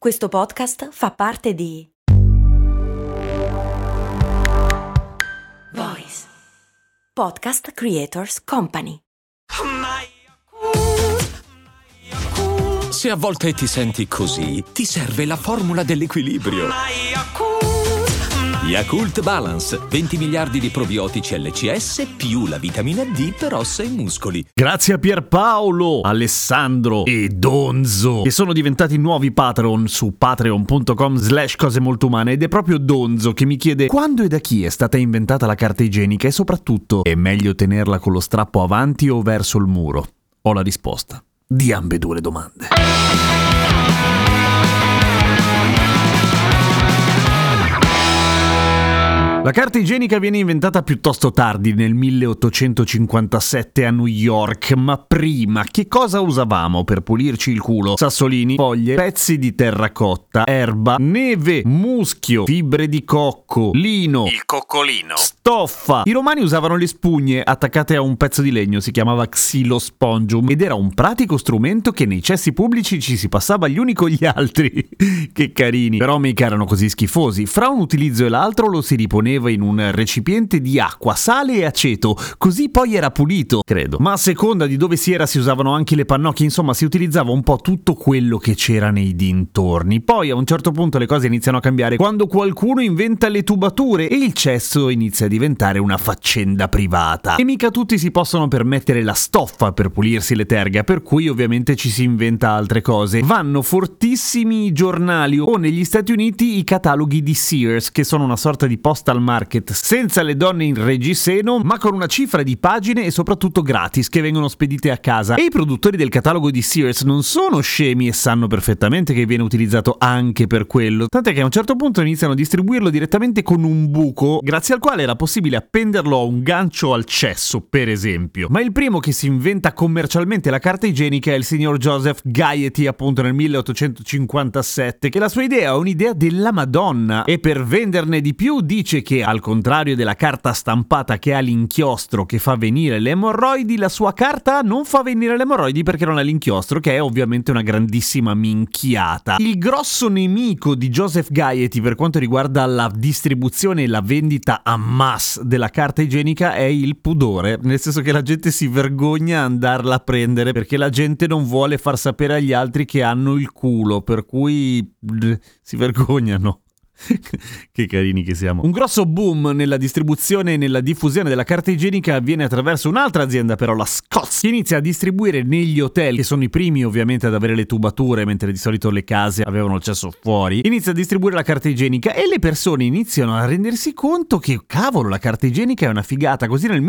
Questo podcast fa parte di Voice Podcast Creators Company. Se a volte ti senti così, ti serve la formula dell'equilibrio. Yakult Balance, 20 miliardi di probiotici LCS più la vitamina D per ossa e muscoli. Grazie a Pierpaolo, Alessandro e Donzo, che sono diventati nuovi Patreon su patreon.com/cosemoltoumane, ed è proprio Donzo che mi chiede quando e da chi è stata inventata la carta igienica e soprattutto è meglio tenerla con lo strappo avanti o verso il muro. Ho la risposta di ambedue le domande. La carta igienica viene inventata piuttosto tardi, nel 1857 a New York, ma prima che cosa usavamo per pulirci il culo? Sassolini, foglie, pezzi di terracotta, erba, neve, muschio, fibre di cocco, lino, il coccolino, stoffa. I romani usavano le spugne attaccate a un pezzo di legno, si chiamava xylospongium, ed era un pratico strumento che nei cessi pubblici ci si passava gli uni con gli altri. Che carini, però mica erano così schifosi. Fra un utilizzo e l'altro lo si riponeva in un recipiente di acqua, sale e aceto, così poi era pulito, credo. Ma a seconda di dove si era si usavano anche le pannocchie, insomma si utilizzava un po' tutto quello che c'era nei dintorni. Poi a un certo punto le cose iniziano a cambiare quando qualcuno inventa le tubature e il cesso inizia a diventare una faccenda privata. E mica tutti si possono permettere la stoffa per pulirsi le terga, per cui ovviamente ci si inventa altre cose. Vanno fortissimi i giornali o negli Stati Uniti i cataloghi di Sears, che sono una sorta di postal market senza le donne in reggiseno, ma con una cifra di pagine e soprattutto gratis che vengono spedite a casa. E i produttori del catalogo di Sears non sono scemi e sanno perfettamente che viene utilizzato anche per quello, tant'è che a un certo punto iniziano a distribuirlo direttamente con un buco grazie al quale era possibile appenderlo a un gancio al cesso, per esempio. Ma il primo che si inventa commercialmente la carta igienica è il signor Joseph Gayety, appunto nel 1857, che la sua idea è un'idea della Madonna, e per venderne di più dice che al contrario della carta stampata che ha l'inchiostro che fa venire le emorroidi, la sua carta non fa venire le emorroidi perché non ha l'inchiostro, che è ovviamente una grandissima minchiata. Il grosso nemico di Joseph Gayety per quanto riguarda la distribuzione e la vendita a masse della carta igienica è il pudore, nel senso che la gente si vergogna a andarla a prendere perché la gente non vuole far sapere agli altri che hanno il culo, per cui si vergognano. Che carini che siamo. Un grosso boom nella distribuzione e nella diffusione della carta igienica avviene attraverso un'altra azienda, però la Scotts, che inizia a distribuire negli hotel, che sono i primi ovviamente ad avere le tubature, mentre di solito le case avevano il cesso fuori. Inizia a distribuire la carta igienica e le persone iniziano a rendersi conto che cavolo, la carta igienica è una figata. Così nel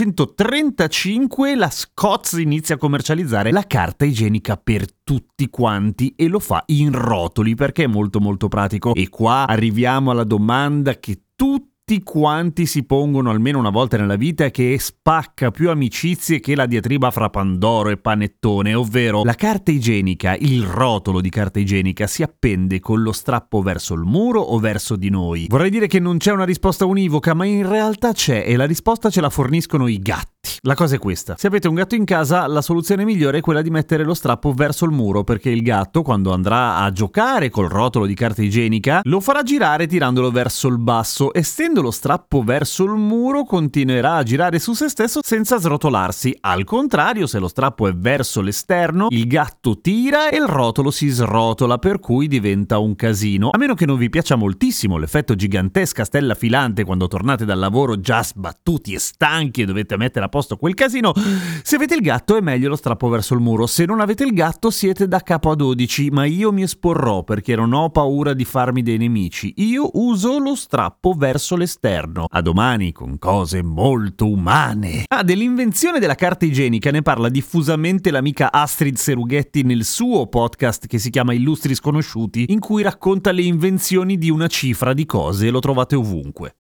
1935 la Scotts inizia a commercializzare la carta igienica per tutti quanti e lo fa in rotoli perché è molto molto pratico. E qua arriviamo alla domanda che tutti quanti si pongono almeno una volta nella vita e che spacca più amicizie che la diatriba fra Pandoro e Panettone, ovvero la carta igienica, il rotolo di carta igienica si appende con lo strappo verso il muro o verso di noi? Vorrei dire che non c'è una risposta univoca, ma in realtà c'è, e la risposta ce la forniscono i gatti. La cosa è questa: se avete un gatto in casa, la soluzione migliore è quella di mettere lo strappo verso il muro, perché il gatto, quando andrà a giocare col rotolo di carta igienica, lo farà girare tirandolo verso il basso. Essendo lo strappo verso il muro, continuerà a girare su se stesso senza srotolarsi. Al contrario, se lo strappo è verso l'esterno, il gatto tira e il rotolo si srotola, per cui diventa un casino. A meno che non vi piaccia moltissimo l'effetto gigantesca stella filante quando tornate dal lavoro già sbattuti e stanchi e dovete mettere a posto quel casino. Se avete il gatto è meglio lo strappo verso il muro. Se non avete il gatto siete da capo a 12, ma io mi esporrò perché non ho paura di farmi dei nemici. Io uso lo strappo verso l'esterno. A domani con cose molto umane. Dell'invenzione della carta igienica ne parla diffusamente l'amica Astrid Serughetti nel suo podcast che si chiama Illustri Sconosciuti, in cui racconta le invenzioni di una cifra di cose, lo trovate ovunque.